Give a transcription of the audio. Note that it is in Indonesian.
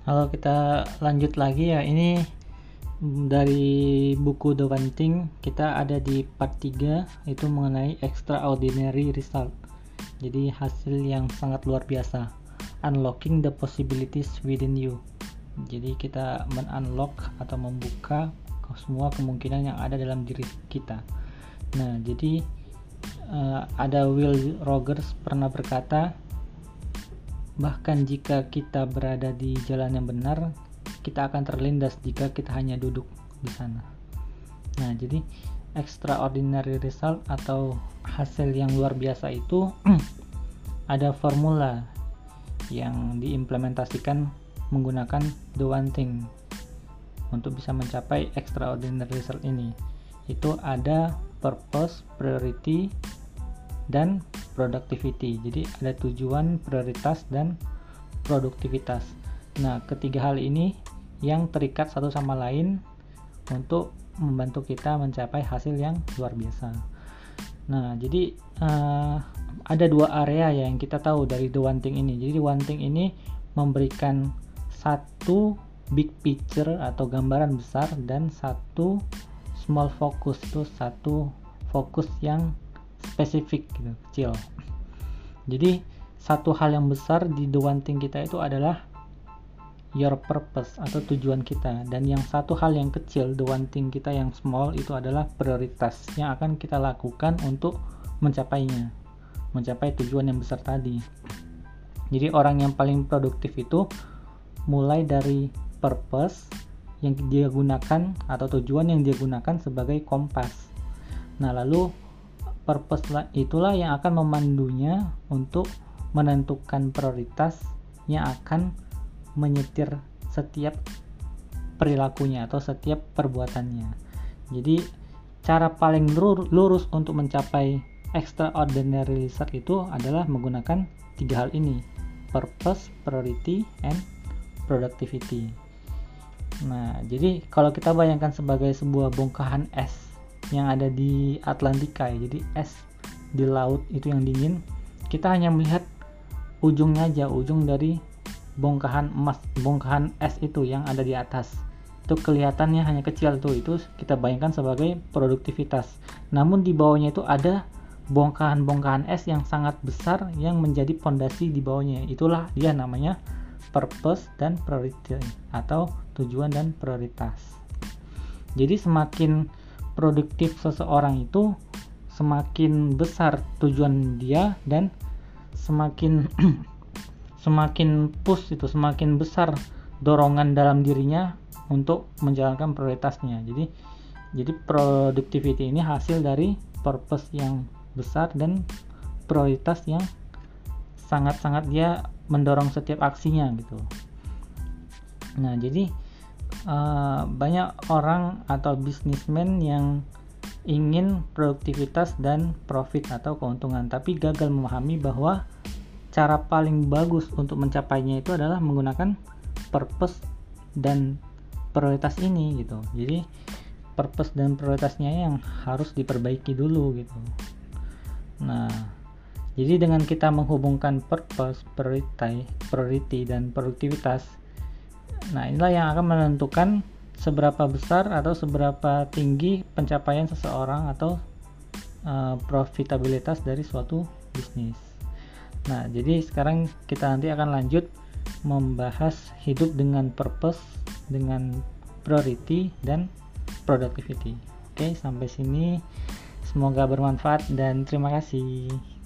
Halo, kita lanjut lagi ya. Ini dari buku The One Thing. Kita ada di part 3, itu mengenai extraordinary result. Jadi hasil yang sangat luar biasa, unlocking the possibilities within you. Jadi kita men-unlock atau membuka semua kemungkinan yang ada dalam diri kita. Nah, jadi ada Will Rogers pernah berkata, bahkan jika kita berada di jalan yang benar, kita akan terlindas jika kita hanya duduk di sana. Nah, jadi extraordinary result atau hasil yang luar biasa itu ada formula yang diimplementasikan menggunakan The One Thing untuk bisa mencapai extraordinary result ini. Itu ada purpose, priority, dan productivity. Jadi ada tujuan, prioritas, dan produktivitas. Nah, ketiga hal ini yang terikat satu sama lain untuk membantu kita mencapai hasil yang luar biasa. Nah, jadi ada dua area yang kita tahu dari The One Thing ini. Jadi The One Thing ini memberikan satu big picture atau gambaran besar dan satu small focus, itu satu fokus yang spesifik gitu, kecil. Jadi satu hal yang besar di The One Thing kita itu adalah your purpose atau tujuan kita, dan yang satu hal yang kecil The One Thing kita yang small itu adalah prioritas yang akan kita lakukan untuk mencapainya, mencapai tujuan yang besar tadi. Jadi orang yang paling produktif itu mulai dari purpose yang dia gunakan atau tujuan yang dia gunakan sebagai kompas. Nah, lalu purpose itulah yang akan memandunya untuk menentukan prioritas yang akan menyetir setiap perilakunya atau setiap perbuatannya. Jadi cara paling lurus untuk mencapai extraordinary result itu adalah menggunakan tiga hal ini: purpose, priority, and productivity. Nah, jadi kalau kita bayangkan sebagai sebuah bongkahan es yang ada di Atlantika ya, jadi es di laut itu yang dingin, kita hanya melihat ujungnya aja, ujung dari bongkahan es itu yang ada di atas. Itu kelihatannya hanya kecil tuh, itu kita bayangkan sebagai produktivitas. Namun di bawahnya itu ada bongkahan es yang sangat besar yang menjadi pondasi di bawahnya. Itulah dia namanya purpose dan priority atau tujuan dan prioritas. Jadi semakin produktif seseorang itu, semakin besar tujuan dia dan semakin push itu, semakin besar dorongan dalam dirinya untuk menjalankan prioritasnya. Jadi productivity ini hasil dari purpose yang besar dan prioritas yang sangat-sangat dia mendorong setiap aksinya gitu. Nah, jadi banyak orang atau bisnismen yang ingin produktivitas dan profit atau keuntungan, tapi gagal memahami bahwa cara paling bagus untuk mencapainya itu adalah menggunakan purpose dan prioritas ini gitu. Jadi purpose dan prioritasnya yang harus diperbaiki dulu gitu. Nah, jadi dengan kita menghubungkan purpose, priority, dan produktivitas, nah inilah yang akan menentukan seberapa besar atau seberapa tinggi pencapaian seseorang atau profitabilitas dari suatu bisnis. Nah, jadi sekarang kita nanti akan lanjut membahas hidup dengan purpose, dengan priority, dan productivity. Oke, sampai sini. Semoga bermanfaat dan terima kasih.